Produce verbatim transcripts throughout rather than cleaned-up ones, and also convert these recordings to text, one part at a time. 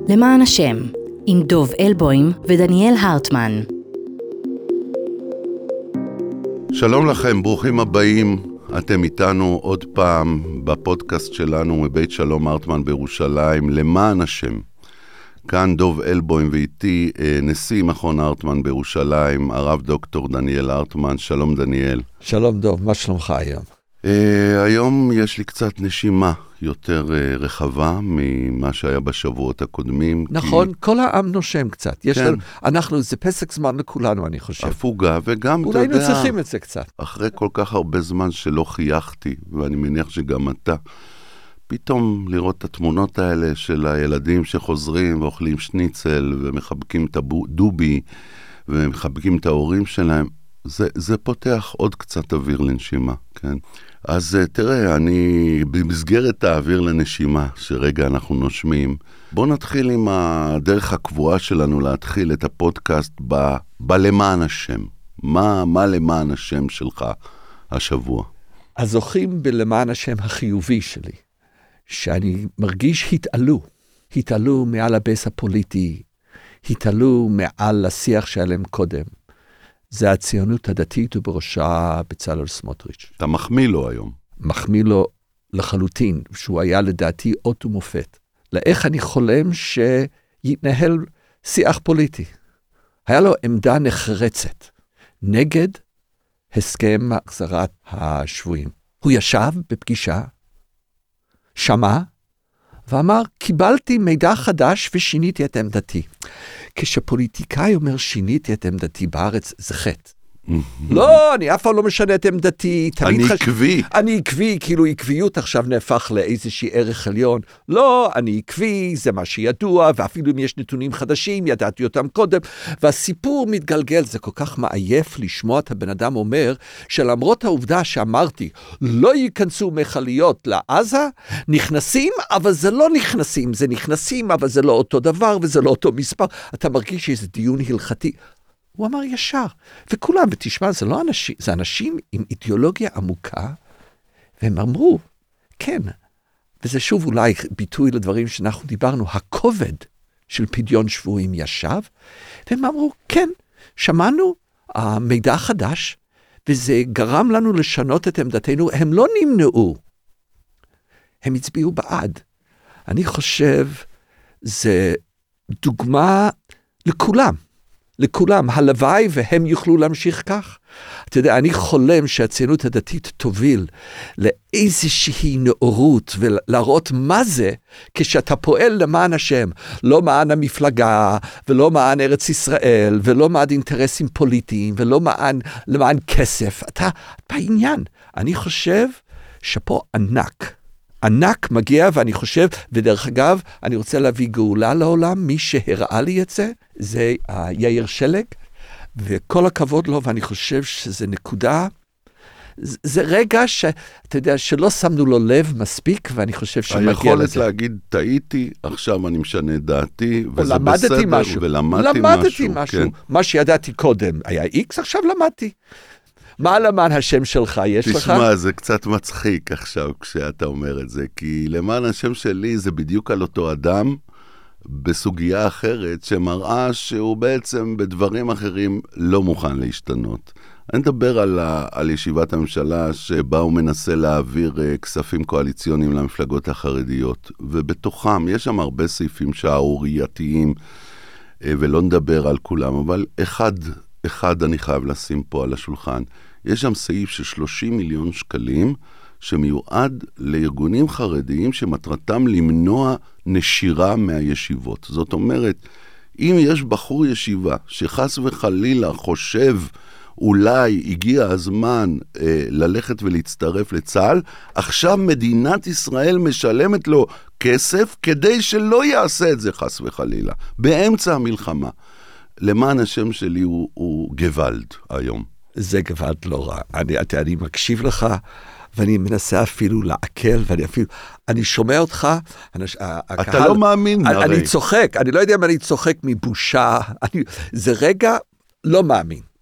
למען השם, עם דוב אלבוים ודניאל הרטמן. שלום לכם, ברוכים הבאים. אתם איתנו עוד פעם בפודקאסט שלנו מבית שלום הרטמן בירושלים, למען השם. כאן דוב אלבוים ואיתי נשיא מכון הרטמן בירושלים, הרב דוקטור דניאל הרטמן. שלום דניאל. שלום דוב, מה שלומך היום? Uh, היום יש לי קצת נשימה יותר uh, רחבה ממה שהיה בשבועות הקודמים. נכון, כי... כל העם נושם קצת. יש כן. לנו, אנחנו, זה פסק זמן לכולנו, אני חושב. הפוגה, וגם, אתה אולי יודע, היינו צריכים את זה קצת. אחרי כל כך הרבה זמן שלא חייכתי, ואני מניח שגם אתה, פתאום לראות את התמונות האלה של הילדים שחוזרים ואוכלים שניצל, ומחבקים את הדובי, ומחבקים את ההורים שלהם, זה, זה פותח עוד קצת אוויר לנשימה, כן? אז תראה, אני במסגרת האוויר לנשימה, שרגע אנחנו נושמים, בוא נתחיל עם הדרך הקבועה שלנו להתחיל את הפודקאסט ב, בלמען השם. מה, מה למען השם שלך השבוע? אז זוכים בלמען השם החיובי שלי, שאני מרגיש התעלו, התעלו מעל הבייס הפוליטי, התעלו מעל השיח שלהם קודם. זה הציונות הדתית ובראשה בצלאל סמוטריץ'. אתה מחמיא לו היום. מחמיא לו לחלוטין, שהוא היה לדעתי אות ומופת. לאיך אני חולם שיתנהל שיח פוליטי. היה לו עמדה נחרצת נגד הסכם החזרת השבויים. הוא ישב בפגישה, שמע, ואמר, קיבלתי מידע חדש ושיניתי את עמדתי. כשפוליטיקאי אומר שיניתי את עמדתי בארץ, זה חטא. לא, אני אף פעם לא משנה את עמדתי. אני עקבי. אני עקבי, כאילו עקביות עכשיו נהפך לאיזושהי ערך עליון. לא, אני עקבי, זה מה שידוע, ואפילו אם יש נתונים חדשים, ידעתי אותם קודם, והסיפור מתגלגל, זה כל כך מעייף לשמוע את הבן אדם אומר, שלמרות העובדה שאמרתי, לא ייכנסו מכליות לעזה, נכנסים, אבל זה לא נכנסים, זה נכנסים, אבל זה לא אותו דבר, וזה לא אותו מספר. אתה מרגיש שזה דיון הלכתי. הוא אמר ישר, וכולם, ותשמע, זה לא אנשים, זה אנשים עם אידיאולוגיה עמוקה, והם אמרו, כן, וזה שוב אולי ביטוי לדברים שאנחנו דיברנו, הכובד של פדיון שבויים ישב, והם אמרו, כן, שמענו המידע חדש, וזה גרם לנו לשנות את עמדתנו, הם לא נמנעו, הם הצביעו בעד. אני חושב, זה דוגמה לכולם, לכולם, הלוואי והם יוכלו להמשיך כך. אתה יודע, אני חולם שהציונות הדתית תוביל לאיזושהי נאורות ולהראות מה זה כשאתה פועל למען השם, לא מען המפלגה ולא מען ארץ ישראל ולא מען אינטרסים פוליטיים ולא מען, למען כסף. אתה בעניין. אני חושב שפה ענק. ענק מגיע, ואני חושב, ודרך אגב, אני רוצה להביא גאולה לעולם, מי שהראה לי את זה, זה יאיר שלג, וכל הכבוד לו, ואני חושב שזה נקודה, זה רגע שאתה יודע, שלא שמנו לו לב מספיק, ואני חושב שמגיע לזה. היכולת להגיד, טעיתי, עכשיו אני משנה את דעתי, וזה בסדר, משהו. ולמדתי למדתי משהו. משהו, כן. מה שידעתי קודם, היה איקס, עכשיו למדתי. מה למען השם שלך יש תשמע, לך? תשמע, זה קצת מצחיק עכשיו כשאתה אומר את זה, כי למען השם שלי זה בדיוק על אותו אדם בסוגיה אחרת, שמראה שהוא בעצם בדברים אחרים לא מוכן להשתנות. אני מדבר על, ה, על ישיבת הממשלה שבה הוא מנסה להעביר uh, כספים קואליציוניים למפלגות החרדיות, ובתוכם יש שם הרבה סעיפים שערורייתיים, uh, ולא נדבר על כולם, אבל אחד, אחד אני חייב לשים פה על השולחן. יש שם סעיף של שלושים מיליון שקלים שמיועד לארגונים חרדיים שמטרתם למנוע נשירה מהישיבות. זאת אומרת, אם יש בחור ישיבה שחס וחלילה חושב אולי הגיע הזמן אה, ללכת ולהצטרף לצה"ל, עכשיו מדינת ישראל משלמת לו כסף כדי שלא יעשה את זה חס וחלילה, באמצע המלחמה. למען השם שלי הוא, הוא גוואלד היום. זה גוואלד לא רע. אני, אני מקשיב לך, ואני מנסה אפילו לעכל, ואני אפילו, אני שומע אותך, אנש, אתה הקהל, לא מאמין, אני, הרי. אני צוחק, אני לא יודע אם אני צוחק מבושה, אני, זה רגע לא מאמין.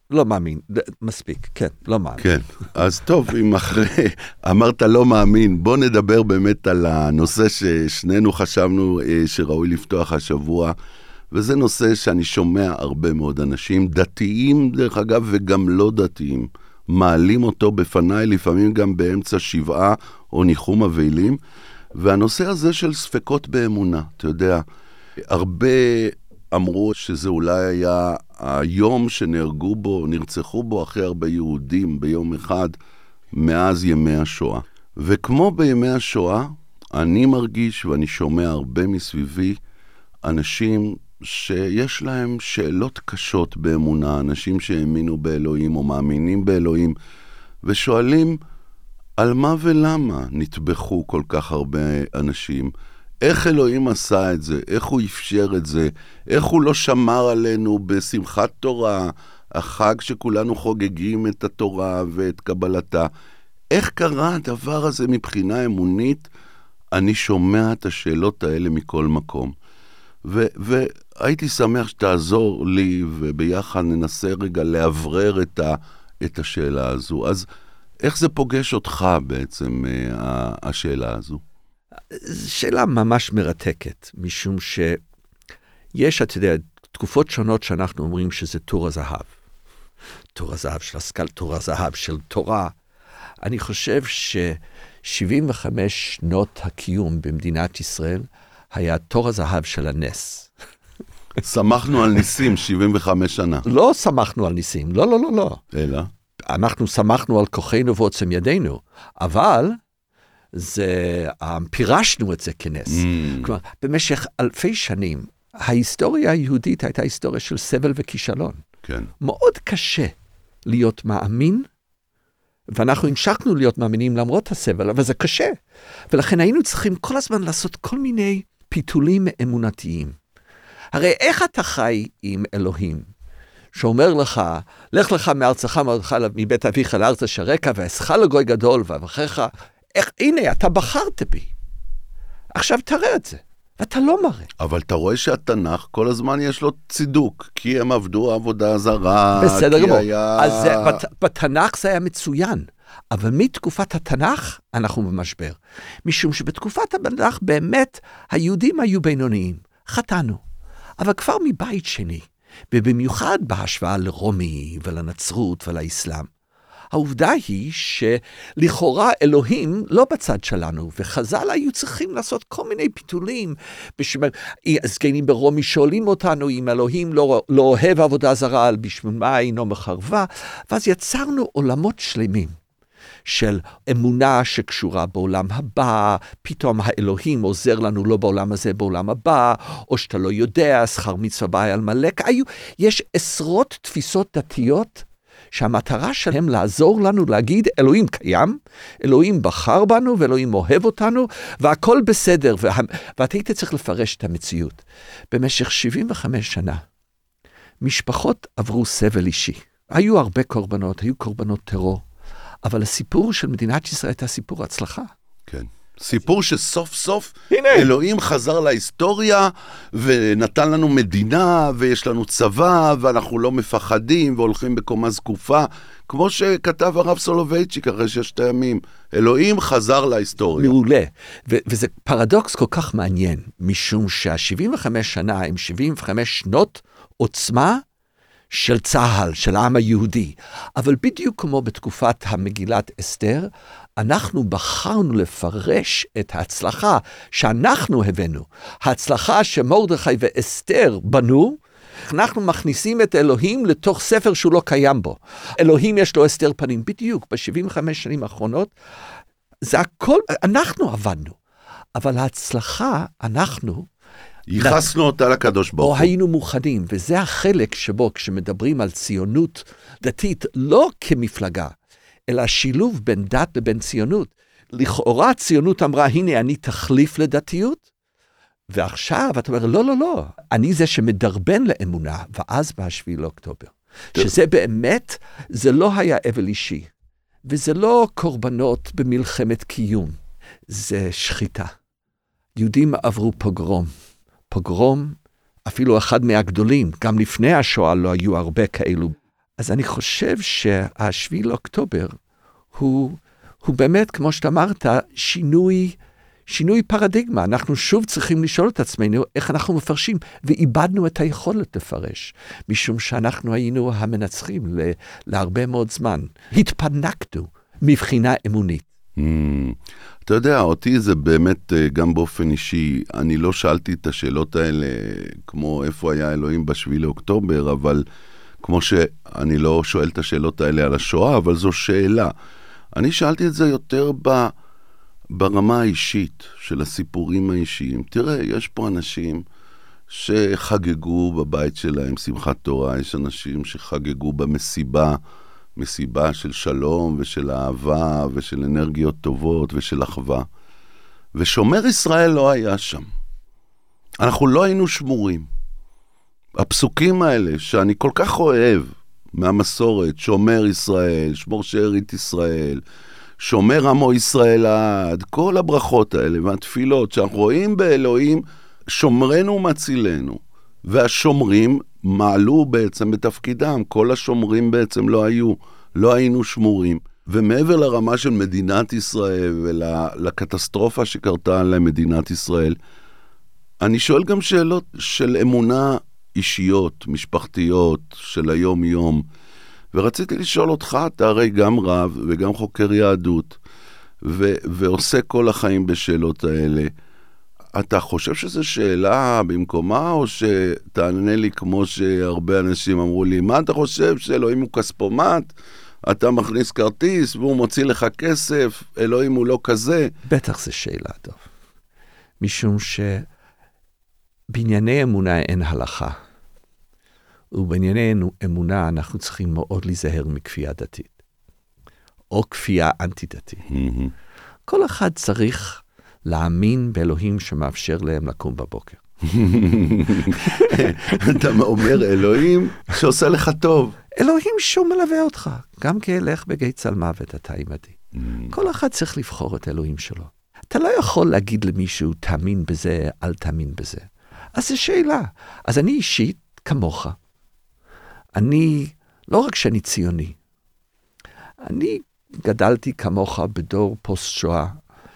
לא מאמין, מספיק, כן, לא מאמין. כן, אז טוב, אם אחרי אמרת לא מאמין, בוא נדבר באמת על הנושא ששנינו חשבנו שראוי לפתוח השבוע, וזה נושא שאני שומע הרבה מאוד אנשים, דתיים דרך אגב וגם לא דתיים, מעלים אותו בפניי, לפעמים גם באמצע שבעה או ניחום אבלים, והנושא הזה של ספקות באמונה, אתה יודע, הרבה אמרו שזה אולי היה היום שנהרגו בו, נרצחו בו הכי הרבה יהודים ביום אחד מאז ימי השואה. וכמו בימי השואה, אני מרגיש ואני שומע הרבה מסביבי אנשים שיש להם שאלות קשות באמונה, אנשים שהאמינו באלוהים או מאמינים באלוהים, ושואלים על מה ולמה נטבחו כל כך הרבה אנשים, איך אלוהים עשה את זה, איך הוא אפשר את זה, איך הוא לא שמר עלינו בשמחת תורה, החג שכולנו חוגגים את התורה ואת קבלתה. איך קרה הדבר הזה מבחינה אמונית? אני שומע את השאלות האלה מכל מקום. ו- והייתי שמח שתעזור לי, וביחד ננסה רגע להברר את, ה- את השאלה הזו. אז איך זה פוגש אותך בעצם, השאלה הזו? שאלה ממש מרתקת, משום שיש, אתה יודע, תקופות שונות שאנחנו אומרים שזה תור הזהב. תור הזהב של השכל, תור הזהב של תורה. אני חושב ש-שבעים וחמש שנות הקיום במדינת ישראל היה תור הזהב של הנס. שמחנו על ניסים שבעים וחמש שנה. לא שמחנו על ניסים, לא, לא, לא, לא. אלא? אנחנו שמחנו על כוחנו ועוצם ידינו, אבל זה, פירשנו את זה כנס. Mm. כלומר, במשך אלפי שנים, ההיסטוריה היהודית הייתה היסטוריה של סבל וכישלון. כן. מאוד קשה להיות מאמין, ואנחנו המשכנו להיות מאמינים למרות הסבל, אבל זה קשה. ולכן היינו צריכים כל הזמן לעשות כל מיני פיתולים אמונתיים. הרי איך אתה חי עם אלוהים, שאומר לך, לך לך מארצך מבית אביך לארץ אשרכה, ועשך לגוי גדול, ואברכך, איך, הנה, אתה בחרת בי. עכשיו תראה את זה, ואתה לא מראה. אבל אתה רואה שהתנ"ך כל הזמן יש לו צידוק, כי הם עבדו עבודה זרה. בסדר גמור. היה... אז זה, בת, בתנ"ך זה היה מצוין, אבל מתקופת התנ"ך אנחנו במשבר. משום שבתקופת התנ"ך באמת היהודים היו בינוניים, חטאנו. אבל כבר מבית שני, ובמיוחד בהשוואה לרומי ולנצרות ולאסלאם, העובדה היא שלכאורה אלוהים לא בצד שלנו, וחז"ל היו צריכים לעשות כל מיני פיתולים. הזקנים ברומי שואלים אותנו אם אלוהים לא, לא אוהב עבודה זרה, בשביל מה אינו מחרבה, ואז יצרנו עולמות שלמים של אמונה שקשורה בעולם הבא, פתאום האלוהים עוזר לנו לא בעולם הזה, בעולם הבא, או שאתה לא יודע, שכר מצווה בא על מלך. היו, יש עשרות תפיסות דתיות, שהמטרה שלהם לעזור לנו להגיד, אלוהים קיים, אלוהים בחר בנו, ואלוהים אוהב אותנו, והכל בסדר, וה... ואתה היית צריך לפרש את המציאות. במשך שבעים וחמש שנה, משפחות עברו סבל אישי. היו הרבה קורבנות, היו קורבנות טרור, אבל הסיפור של מדינת ישראל הייתה סיפור הצלחה. כן. סיפור שסוף סוף הנה. אלוהים חזר להיסטוריה ונתן לנו מדינה ויש לנו צבא ואנחנו לא מפחדים והולכים בקומה זקופה, כמו שכתב הרב סולובייצ'יק אחרי ששת הימים. אלוהים חזר להיסטוריה. מעולה. ו- וזה פרדוקס כל כך מעניין, משום שה-שבעים וחמש שנה הם שבעים וחמש שנות עוצמה של צהל, של העם היהודי. אבל בדיוק כמו בתקופת המגילת אסתר, אנחנו בחרנו לפרש את ההצלחה שאנחנו הבאנו. ההצלחה שמרדכי ואסתר בנו, אנחנו מכניסים את אלוהים לתוך ספר שהוא לא קיים בו. אלוהים יש לו אסתר פנים. בדיוק, ב-שבעים וחמש שנים האחרונות, זה הכל, אנחנו עבדנו. אבל ההצלחה, אנחנו, ייחסנו אותה לקדוש ברוך הוא. או היינו מוכנים, וזה החלק שבו כשמדברים על ציונות דתית, לא כמפלגה, אלא שילוב בין דת לבין ציונות. לכאורה הציונות אמרה, הנה אני תחליף לדתיות, ועכשיו אתה אומר, לא, לא, לא, אני זה שמדרבן לאמונה, ואז בשביעי לאוקטובר. שזה באמת, זה לא היה אבל אישי, וזה לא קורבנות במלחמת קיום, זה שחיטה. יהודים עברו פוגרום. פוגרום, אפילו אחד מהגדולים, גם לפני השואה לא היו הרבה כאלו. אז אני חושב שהשביעי לאוקטובר הוא, הוא באמת, כמו שאתה אמרת, שינוי, שינוי פרדיגמה. אנחנו שוב צריכים לשאול את עצמנו איך אנחנו מפרשים, ואיבדנו את היכולת לפרש, משום שאנחנו היינו המנצחים ל, להרבה מאוד זמן. התפנקנו מבחינה אמונית. Mm, אתה יודע, אותי זה באמת, גם באופן אישי, אני לא שאלתי את השאלות האלה, כמו איפה היה אלוהים בשביעי לאוקטובר, אבל כמו שאני לא שואל את השאלות האלה על השואה, אבל זו שאלה. אני שאלתי את זה יותר ב, ברמה האישית של הסיפורים האישיים. תראה, יש פה אנשים שחגגו בבית שלהם שמחת תורה, יש אנשים שחגגו במסיבה, מסיבה של שלום ושל אהבה ושל אנרגיות טובות ושל אחווה. ושומר ישראל לא היה שם. אנחנו לא היינו שמורים. הפסוקים האלה שאני כל כך אוהב מהמסורת, שומר ישראל, שמור שארית ישראל, שומר עמו ישראל עד, כל הברכות האלה והתפילות שאנחנו רואים באלוהים, שומרנו ומצילנו. והשומרים מעלו בעצם בתפקידם, כל השומרים בעצם לא היו, לא היינו שמורים. ומעבר לרמה של מדינת ישראל ולקטסטרופה שקרתה למדינת ישראל, אני שואל גם שאלות של אמונה אישיות, משפחתיות, של היום-יום. ורציתי לשאול אותך, אתה הרי גם רב וגם חוקר יהדות, ו- ועושה כל החיים בשאלות האלה. אתה חושב שזו שאלה במקומה, או שתענה לי כמו שהרבה אנשים אמרו לי, מה אתה חושב, שאלוהים הוא כספומט? אתה מכניס כרטיס והוא מוציא לך כסף, אלוהים הוא לא כזה? בטח זו שאלה, טוב. משום שבענייני אמונה אין הלכה. ובענייני אמונה אנחנו צריכים מאוד להיזהר מכפייה דתית. או כפייה אנטי-דתית. Mm-hmm. כל אחד צריך להאמין באלוהים שמאפשר להם לקום בבוקר. אתה אומר אלוהים שעושה לך טוב. אלוהים שהוא מלווה אותך. גם כהלך בגיא צל מוות אתה עימדי. Mm. כל אחד צריך לבחור את אלוהים שלו. אתה לא יכול להגיד למישהו, תאמין בזה, אל תאמין בזה. אז זו שאלה. אז אני אישית כמוך. אני, לא רק שאני ציוני, אני גדלתי כמוך בדור פוסט שואה,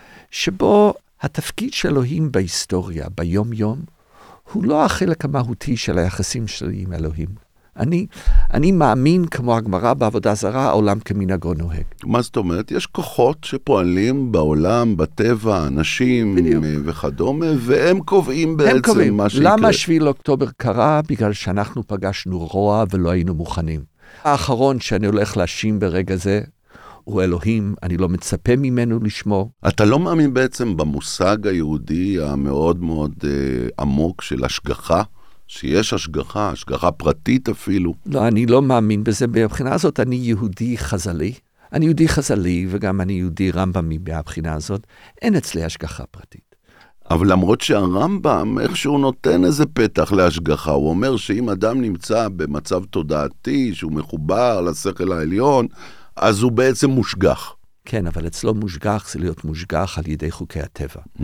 שבו התפקיד של אלוהים בהיסטוריה, ביום-יום, הוא לא החלק המהותי של היחסים שלי עם אלוהים. אני, אני מאמין, כמו הגמרא בעבודה זרה, העולם כמנהגו נוהג. מה זאת אומרת? יש כוחות שפועלים בעולם, בטבע, אנשים בדיוק. וכדומה, והם קובעים בעצם הם קובעים. מה שיקרה. למה שביעי לאוקטובר קרה? בגלל שאנחנו פגשנו רוע ולא היינו מוכנים. האחרון שאני הולך להאשים ברגע זה, הוא אלוהים, אני לא מצפה ממנו לשמור. אתה לא מאמין בעצם במושג היהודי המאוד מאוד אה, עמוק של השגחה? שיש השגחה, השגחה פרטית אפילו? לא, אני לא מאמין בזה. מבחינה הזאת אני יהודי חז"לי. אני יהודי חז"לי וגם אני יהודי רמב"מי מהבחינה הזאת. אין אצלי השגחה פרטית. אבל למרות שהרמב"ם איכשהו נותן איזה פתח להשגחה, הוא אומר שאם אדם נמצא במצב תודעתי, שהוא מחובר לשכל העליון, אז הוא בעצם מושגח. כן, אבל אצלו מושגח זה להיות מושגח על ידי חוקי הטבע. Mm.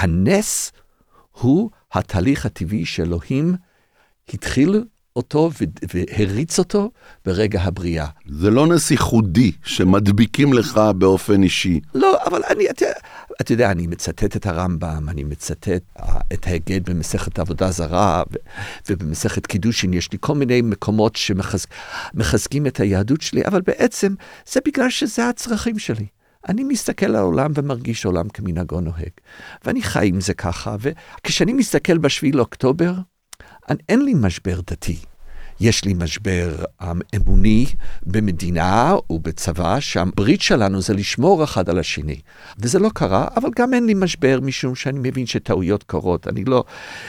הנס הוא התהליך הטבעי שאלוהים התחיל אותו והריץ אותו ברגע הבריאה. זה לא נס ייחודי שמדביקים לך באופן אישי. לא, אבל אני, אתה, אתה יודע, אני מצטט את הרמב"ם, אני מצטט את ההגד במסכת עבודה זרה, ובמסכת קידושין יש לי כל מיני מקומות שמחזקים את היהדות שלי, אבל בעצם זה בגלל שזה הצרכים שלי. אני מסתכל על העולם ומרגיש עולם כמנהגו נוהג. ואני חי עם זה ככה, וכשאני מסתכל בשביעי לאוקטובר, אין לי משבר דתי. יש לי משבר אמוני במדינה ובצבא, שהברית שלנו זה לשמור אחד על השני. וזה לא קרה, אבל גם אין לי משבר משום שאני מבין שטעויות קורות. אני לא,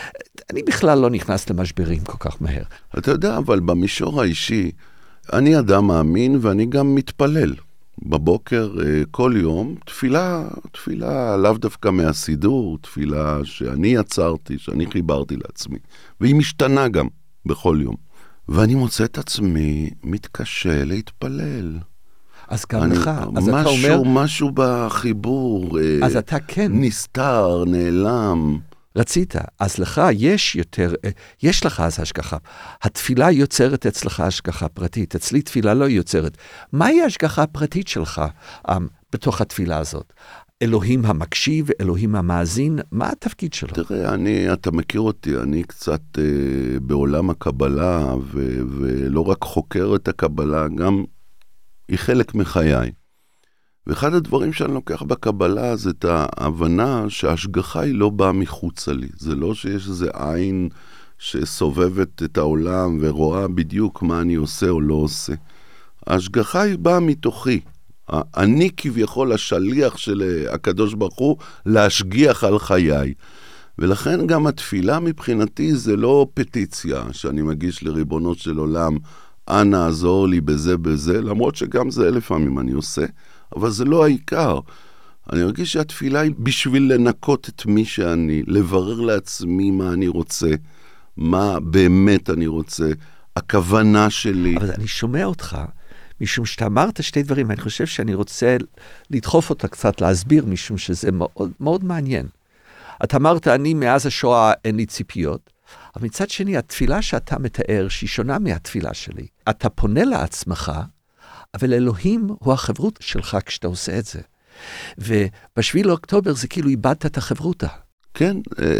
אני בכלל לא נכנס למשברים כל כך מהר. אתה יודע, אבל במישור האישי, אני אדם מאמין ואני גם מתפלל. בבוקר, כל יום, תפילה, תפילה לאו דווקא מהסידור, תפילה שאני יצרתי, שאני חיברתי לעצמי, והיא משתנה גם בכל יום. ואני מוצא את עצמי מתקשה להתפלל. אז גם אני, לך, אז משהו, אתה אומר... משהו בחיבור, אז אתה כן. נסתר, נעלם. רצית, אז לך יש יותר, יש לך אז השגחה. התפילה יוצרת אצלך השגחה פרטית, אצלי תפילה לא יוצרת. מהי ההשגחה הפרטית שלך um, בתוך התפילה הזאת? אלוהים המקשיב, אלוהים המאזין, מה התפקיד שלו? תראה, אני, אתה מכיר אותי, אני קצת אה, בעולם הקבלה, ו, ולא רק חוקר את הקבלה, גם היא חלק מחיי. ואחד הדברים שאני לוקח בקבלה זה את ההבנה שההשגחה היא לא באה מחוצה לי. זה לא שיש איזה עין שסובבת את העולם ורואה בדיוק מה אני עושה או לא עושה. ההשגחה היא באה מתוכי. אני כביכול השליח של הקדוש ברוך הוא להשגיח על חיי. ולכן גם התפילה מבחינתי זה לא פטיציה שאני מגיש לריבונות של עולם, אנא עזור לי בזה בזה, למרות שגם זה לפעמים אני עושה, אבל זה לא העיקר. אני מרגיש שהתפילה היא בשביל לנקות את מי שאני, לברר לעצמי מה אני רוצה, מה באמת אני רוצה, הכוונה שלי. אבל אני שומע אותך, משום שאתה אמרת שתי דברים, אני חושב שאני רוצה לדחוף אותה קצת, להסביר, משום שזה מאוד, מאוד מעניין. אתה אמרת, אני מאז השואה אין לי ציפיות, אבל מצד שני, התפילה שאתה מתאר, שהיא שונה מהתפילה שלי, אתה פונה לעצמך, אבל אלוהים הוא החברות שלך כשאתה עושה את זה. ובשביל לאוקטובר זה כאילו איבדת את החברותה. כן,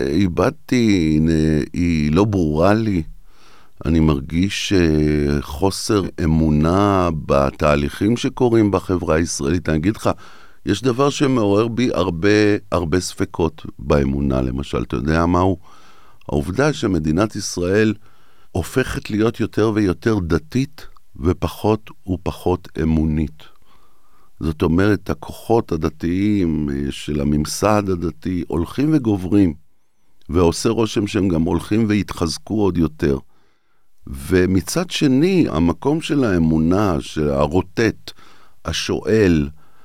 איבדתי, היא לא ברורה לי. אני מרגיש חוסר אמונה בתהליכים שקורים בחברה הישראלית. אני אגיד לך, יש דבר שמעורר בי הרבה, הרבה ספקות באמונה, למשל. אתה יודע מהו? העובדה שמדינת ישראל הופכת להיות יותר ויותר דתית, ופחות ופחות אמונית. זאת אומרת, הכוחות הדתיים של הממסד הדתי הולכים וגוברים, ועושה רושם שהם גם הולכים והתחזקו עוד יותר. ומצד שני, המקום של האמונה, של הרוטט, השואל,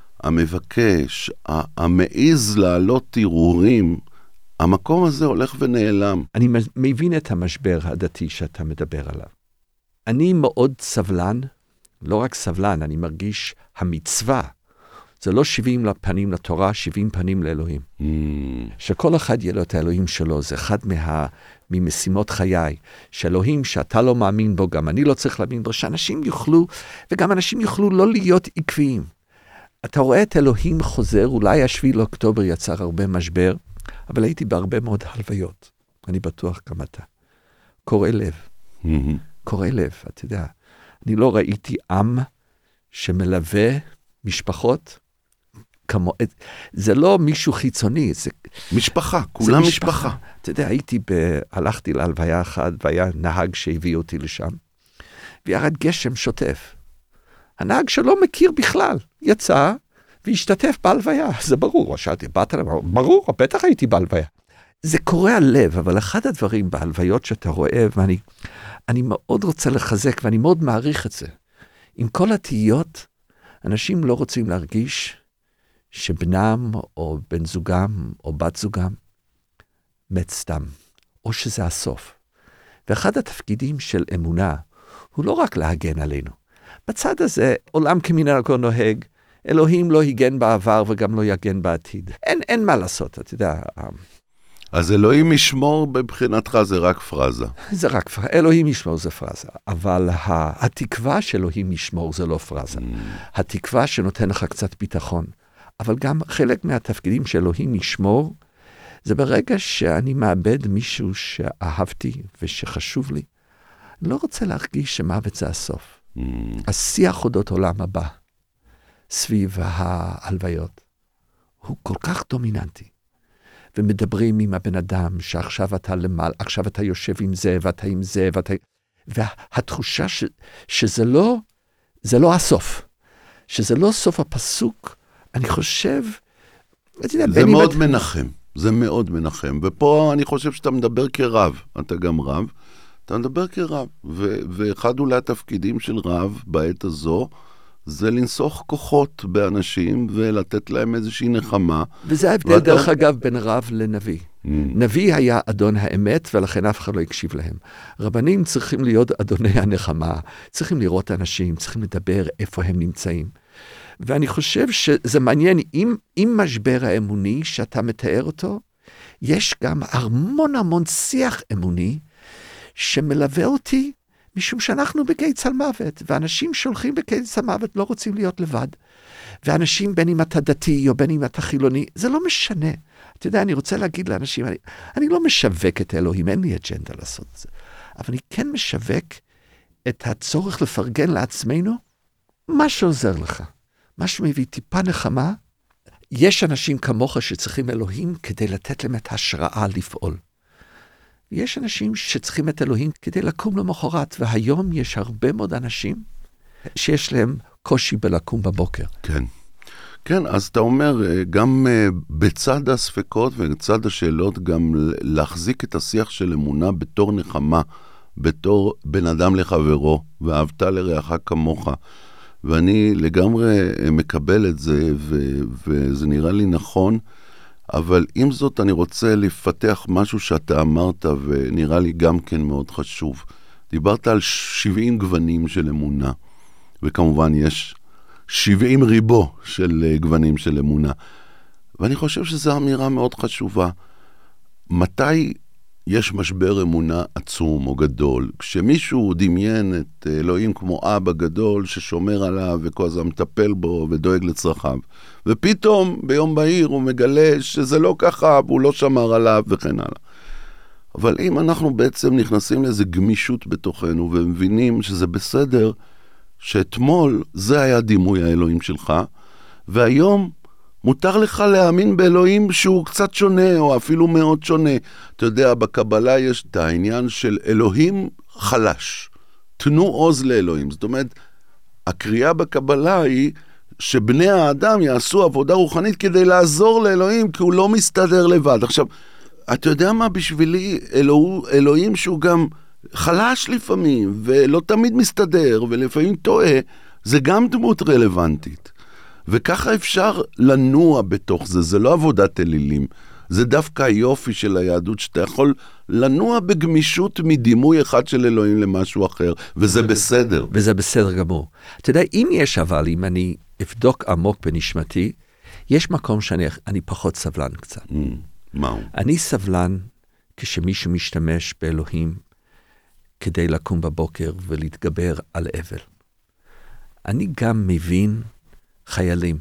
המבקש, המעיז לעלות ערעורים, המקום הזה הולך ונעלם. אני מבין את המשבר הדתי שאתה מדבר עליו. אני מאוד סבלן, לא רק סבלן, אני מרגיש המצווה. זה לא שבעים פנים לתורה, שבעים פנים לאלוהים. Mm. שכל אחד יהיה לו את האלוהים שלו, זה אחד מה, ממשימות חיי. שאלוהים שאתה לא מאמין בו, גם אני לא צריך להאמין בו, שאנשים יוכלו, וגם אנשים יוכלו לא להיות עקביים. אתה רואה את אלוהים חוזר, אולי השביעי לאוקטובר יצר הרבה משבר, אבל הייתי בהרבה מאוד הלוויות. אני בטוח גם אתה. קורא לב. Mm-hmm. קורא לב, אתה יודע. אני לא ראיתי עם שמלווה משפחות כמו, זה לא מישהו חיצוני, זה משפחה, כולם זה משפחה. משפחה. אתה יודע, הייתי, ב, הלכתי להלוויה אחת, והיה נהג שהביא אותי לשם, וירד גשם שוטף. הנהג שלא מכיר בכלל, יצא והשתתף בהלוויה, זה ברור, שאלתי, באת למה? ברור, בטח הייתי בהלוויה. זה קורע לב, אבל אחד הדברים בהלוויות שאתה רואה, ואני אני מאוד רוצה לחזק, ואני מאוד מעריך את זה. עם כל התהיות, אנשים לא רוצים להרגיש שבנם או בן זוגם או בת זוגם מת סתם, או שזה הסוף. ואחד התפקידים של אמונה הוא לא רק להגן עלינו. בצד הזה, עולם כמנהגו נוהג, אלוהים לא הגן בעבר וגם לא יגן בעתיד. אין, אין מה לעשות, אתה יודע. אז אלוהים ישמור בבחינתך זה רק פרזה. זה רק פרזה, אלוהים ישמור זה פרזה, אבל התקווה שאלוהים ישמור זה לא פרזה. Mm. התקווה שנותן לך קצת ביטחון, אבל גם חלק מהתפקידים שאלוהים ישמור, זה ברגע שאני מאבד מישהו שאהבתי ושחשוב לי, אני לא רוצה להרגיש שמוות זה הסוף. Mm. השיח אודות עולם הבא, סביב ההלוויות, הוא כל כך דומיננטי. ומדברים עם הבן אדם שעכשיו אתה למעלה, עכשיו אתה יושב עם זה ואתה עם זה ואתה... והתחושה ש... שזה לא, זה לא הסוף. שזה לא סוף הפסוק, אני חושב... זה מאוד את... מנחם, זה מאוד מנחם. ופה אני חושב שאתה מדבר כרב, אתה גם רב, אתה מדבר כרב. ו... ואחד אולי התפקידים של רב בעת הזו, זה לנסוך כוחות באנשים ולתת להם איזושהי נחמה. וזה ההבדל ואתה... דרך אגב בין רב לנביא. Mm. נביא היה אדון האמת ולכן אף אחד לא הקשיב להם. רבנים צריכים להיות אדוני הנחמה, צריכים לראות אנשים, צריכים לדבר איפה הם נמצאים. ואני חושב שזה מעניין, אם, אם משבר האמוני שאתה מתאר אותו, יש גם המון המון שיח אמוני, שמלווה אותי, משום שאנחנו בגיא צלמוות, ואנשים שהולכים בגיא צלמוות לא רוצים להיות לבד. ואנשים, בין אם אתה דתי או בין אם אתה חילוני, זה לא משנה. אתה יודע, אני רוצה להגיד לאנשים, אני, אני לא משווק את אלוהים, אין לי אג'נדה לעשות את זה. אבל אני כן משווק את הצורך לפרגן לעצמנו, מה שעוזר לך. מה שמביא טיפה נחמה, יש אנשים כמוך שצריכים אלוהים כדי לתת להם את ההשראה לפעול. יש אנשים שצריכים את אלוהים כדי לקום למחרת, והיום יש הרבה מאוד אנשים שיש להם קושי בלקום בבוקר. כן. כן, אז אתה אומר, גם בצד הספקות ובצד השאלות, גם להחזיק את השיח של אמונה בתור נחמה, בתור בן אדם לחברו, ואהבת לרעך כמוך. ואני לגמרי מקבל את זה, ו- וזה נראה לי נכון, אבל עם זאת אני רוצה לפתח משהו שאתה אמרת, ונראה לי גם כן מאוד חשוב. דיברת על שבעים גוונים של אמונה, וכמובן יש שבעים ריבו של גוונים של אמונה. ואני חושב שזו אמירה מאוד חשובה. מתי יש משבר אמונה עצום או גדול? כשמישהו דמיין את אלוהים כמו אבא גדול ששומר עליו וכל הזמן מטפל בו ודואג לצרכיו. ופתאום ביום בהיר הוא מגלה שזה לא ככה, והוא לא שמר עליו וכן הלאה. אבל אם אנחנו בעצם נכנסים לאיזו גמישות בתוכנו ומבינים שזה בסדר, שאתמול זה היה דימוי האלוהים שלך, והיום מותר לך להאמין באלוהים שהוא קצת שונה, או אפילו מאוד שונה. אתה יודע, בקבלה יש את העניין של אלוהים חלש. תנו עוז לאלוהים. זאת אומרת, הקריאה בקבלה היא שבני האדם יעשו עבודה רוחנית כדי לעזור לאלוהים, כי הוא לא מסתדר לבד. עכשיו, אתה יודע מה בשבילי אלוה, אלוהים שהוא גם חלש לפעמים, ולא תמיד מסתדר, ולפעמים טועה, זה גם דמות רלוונטית. וככה אפשר לנוע בתוך זה, זה לא עבודת אלילים, זה דווקא היופי של היהדות, שאתה יכול לנוע בגמישות מדימוי אחד של אלוהים למשהו אחר, וזה בסדר. וזה בסדר גמור. אתה יודע, אם יש אבל, אם אני אבדוק עמוק בנשמתי, יש מקום שאני אני פחות סבלן קצת. Mm, מהו? אני סבלן כשמישהו משתמש באלוהים, כדי לקום בבוקר ולהתגבר על אבל. אני גם מבין חיילים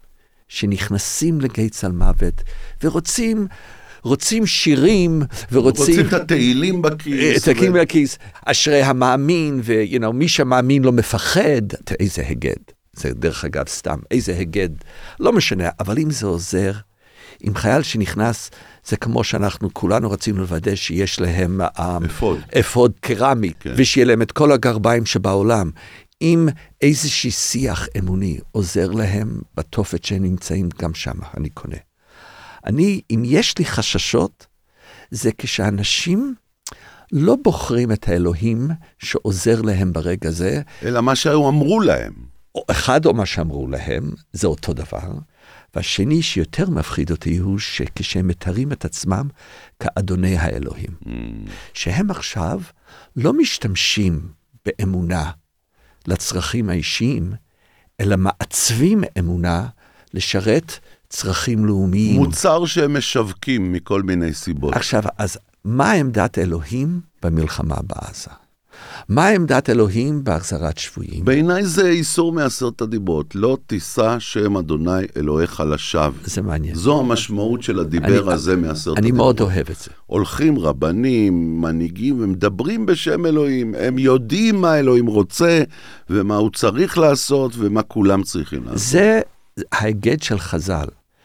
שנכנסים לגיא צלמוות ורוצים רוצים שירים ורוצים רוצים את התהילים בכיס. את התהילים ו... בכיס. אשרי המאמין, ו you know, מי שמאמין לא מפחד. איזה הגד. זה דרך אגב סתם. איזה הגד. לא משנה, אבל אם זה עוזר, עם חייל שנכנס, זה כמו שאנחנו כולנו רצינו לוודא שיש להם אפוד, אפוד קרמי, כן. ושיהיה להם את כל הגרביים שבעולם. אם איזושהי שיח אמוני עוזר להם בתופת שהם נמצאים גם שם, אני קונה. אני, אם יש לי חששות, זה כשאנשים לא בוחרים את האלוהים שעוזר להם ברגע זה. אלא מה שהיו אמרו להם. או אחד או מה שאמרו להם, זה אותו דבר. והשני שיותר מפחיד אותי הוא שכשהם מתארים את עצמם כאדוני האלוהים. Mm. שהם עכשיו לא משתמשים באמונה לצרכים האישיים, אלא מעצבים אמונה לשרת צרכים לאומיים. מוצר שהם משווקים מכל מיני סיבות. עכשיו, אז מה עמדת אלוהים במלחמה בעזה? מה עמדת אלוהים בהחזרת שבויים? בעיניי זה איסור מעשרת הדיברות. לא תישא שם אדוני אלוהיך לשווא. זה מעניין. זו המשמעות של הדיבר אני, הזה מעשרת הדיברות. אני מאוד אוהב את זה. הולכים רבנים, מנהיגים, הם מדברים בשם אלוהים. הם יודעים מה אלוהים רוצה, ומה הוא צריך לעשות, ומה כולם צריכים לעשות. זה ההיגד של חז"ל,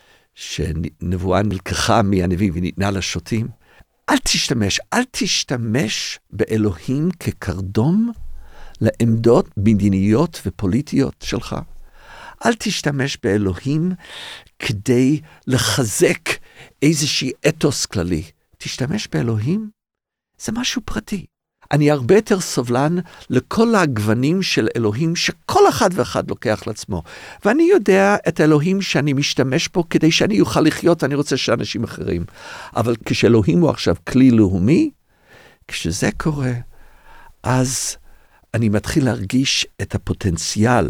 שנבואה נלקחה מהנביא וניתנה לשוטים. אל תשתמש, אל תשתמש באלוהים כקרדום לעמדות מדיניות ופוליטיות שלך. אל תשתמש באלוהים כדי לחזק איזושהי אתוס כללי. תשתמש באלוהים, זה משהו פרטי. אני הרבה יותר סובלן לכל הגוונים של אלוהים שכל אחד ואחד לוקח לעצמו. ואני יודע את האלוהים שאני משתמש בו כדי שאני אוכל לחיות, אני רוצה שאנשים אחרים. אבל כשאלוהים הוא עכשיו כלי לאומי, כשזה קורה, אז אני מתחיל להרגיש את הפוטנציאל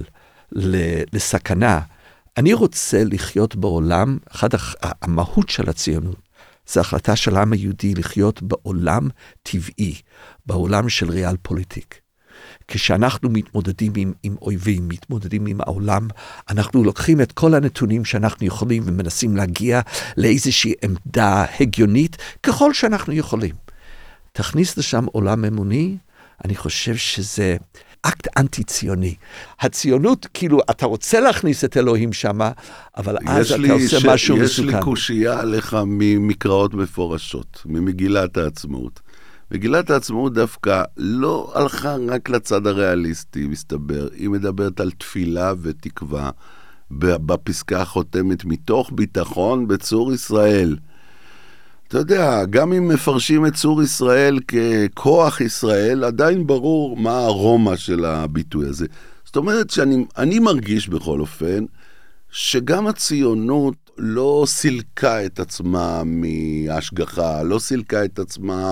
לסכנה. אני רוצה לחיות בעולם, אחד המהות של הציונות, זו החלטה של העם היהודי לחיות בעולם טבעי, בעולם של ריאל פוליטיק. כשאנחנו מתמודדים עם, עם אויבים, מתמודדים עם העולם, אנחנו לוקחים את כל הנתונים שאנחנו יכולים ומנסים להגיע לאיזושהי עמדה הגיונית ככל שאנחנו יכולים. תכניס לשם עולם אמוני, אני חושב שזה אקט אנטי-ציוני. הציונות, כאילו, אתה רוצה להכניס את אלוהים שמה, אבל אז אתה עושה ש... משהו יש מסוכן. יש לי קושייה עליך ממקראות מפורשות, ממגילת העצמאות. מגילת העצמאות דווקא לא הלכה רק לצד הריאליסטי, מסתבר. היא מדברת על תפילה ותקווה, בפסקה החותמת, מתוך ביטחון בצור ישראל. אתה יודע, גם אם מפרשים את צור ישראל ככוח ישראל, עדיין ברור מה הרומא של הביטוי הזה. זאת אומרת שאני אני מרגיש בכל אופן, שגם הציונות לא סילקה את עצמה מהשגחה, לא סילקה את עצמה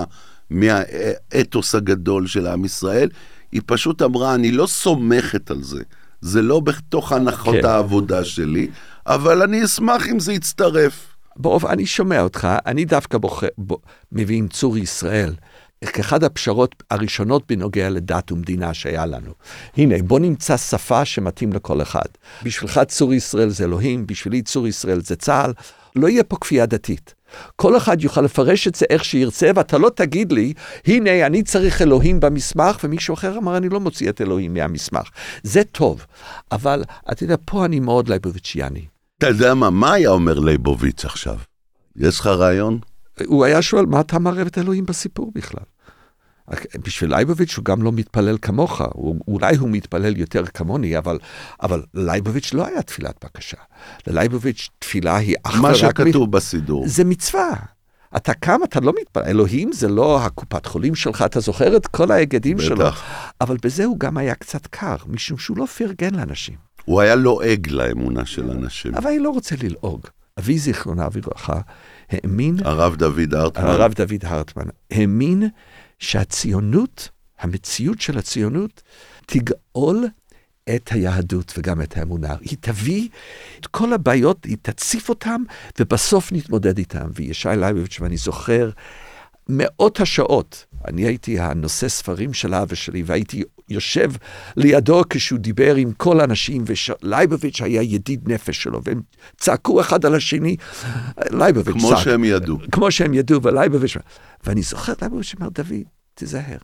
מהאתוס הגדול של עם ישראל, היא פשוט אמרה, אני לא סומכת על זה, זה לא בתוך הנחות כן. העבודה שלי, אבל אני אשמח אם זה יצטרף. ברוב, אני שומע אותך, אני דווקא בוח... ב... מביא עם צור ישראל, כאחד הפשרות הראשונות בנוגע לדת ומדינה שהיה לנו. הנה, בוא נמצא שפה שמתאים לכל אחד. בשבילך צור ישראל זה אלוהים, בשבילי צור ישראל זה צה"ל, לא יהיה פה כפייה דתית. כל אחד יוכל לפרש את זה איך שירצה, ואתה לא תגיד לי, הנה, אני צריך אלוהים במסמך, ומישהו אחר אמר, אני לא מוציא את אלוהים מהמסמך. זה טוב, אבל אתה יודע, פה אני מאוד לייבוביץ'יאני. אתה יודע מה, מה היה אומר לייבוביץ' עכשיו? יש לך רעיון? הוא היה שואל, מה אתה מערב את אלוהים בסיפור בכלל? בשביל לייבוביץ' הוא גם לא מתפלל כמוך, הוא, אולי הוא מתפלל יותר כמוני, אבל, אבל לייבוביץ' לא היה תפילת בקשה. ללייבוביץ' תפילה היא אך ורק... מה שכתוב מ... בסידור. זה מצווה. אתה קם, אתה לא מתפלל. אלוהים זה לא הקופת חולים שלך, אתה זוכר את כל ההגדים בטח. שלו. אבל בזה הוא גם היה קצת קר, משום שהוא לא פרגן לאנשים. הוא היה לועג לאמונה של אנשים. אבל אני לא רוצה ללעוג. אבי זיכרונה וברכה, האמין... הרב דוד הרטמן. הרב דוד הרטמן, האמין שהציונות, המציאות של הציונות, תגאול את היהדות וגם את האמונה. היא תביא את כל הבעיות, היא תציף אותם, ובסוף נתמודד איתם. וישי לייבוביץ', ואני זוכר מאות השעות, אני הייתי הנושא ספרים של אבא שלי, והייתי יושב לידו כשהוא דיבר עם כל האנשים, ולייבוביץ' היה ידיד נפש שלו, והם צעקו אחד על השני, לייבוביץ' כמו צעק, שהם ידעו. כמו שהם ידעו, ולייבוביץ', ואני זוכר, לייבוביץ' אמר, דוד, תזהר,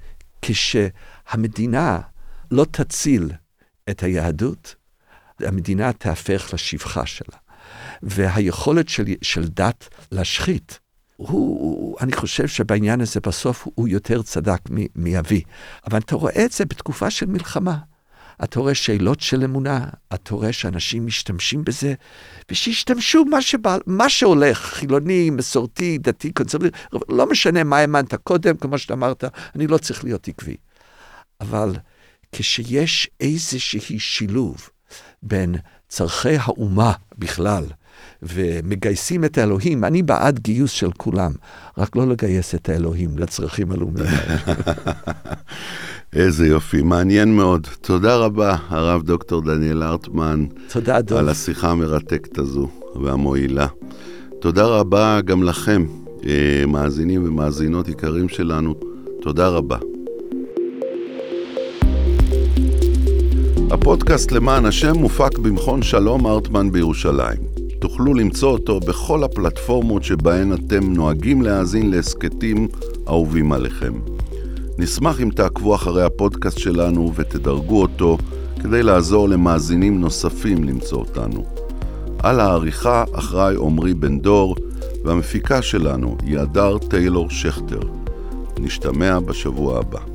כשהמדינה לא תציל את היהדות, המדינה תהפך לשפחה שלה, והיכולת של, של דת להשחית, הוא, אני חושב שבעניין הזה בסוף הוא יותר צדק מאבי. אבל אתה רואה את זה בתקופה של מלחמה. אתה רואה שאלות של אמונה, אתה רואה שאנשים משתמשים בזה, ושישתמשו מה, שבא, מה שהולך, חילוני, מסורתי, דתי, קונסרבטיבי, לא משנה מה האמנת קודם, כמו שאתה אמרת, אני לא צריך להיות עקבי. אבל כשיש איזושהי שילוב בין צרכי האומה בכלל, ומגייסים את האלוהים, אני בעד גיוס של כולם, רק לא לגייס את האלוהים לצרכים הלאומיים. איזה יופי, מעניין מאוד. תודה רבה, הרב דוקטור דניאל הרטמן. תודה, דוב. על השיחה המרתקת הזו והמועילה. תודה רבה גם לכם, מאזינים ומאזינות יקרים שלנו. תודה רבה. הפודקאסט למען השם מופק במכון שלום הרטמן בירושלים. תוכלו למצוא אותו בכל הפלטפורמות שבהן אתם נוהגים להאזין להסקטים אהובים עליכם. נשמח אם תעקבו אחרי הפודקאסט שלנו ותדרגו אותו כדי לעזור למאזינים נוספים למצוא אותנו. על העריכה אחראי עומרי בן דור, והמפיקה שלנו היא הדר טיילור שכטר. נשתמע בשבוע הבא.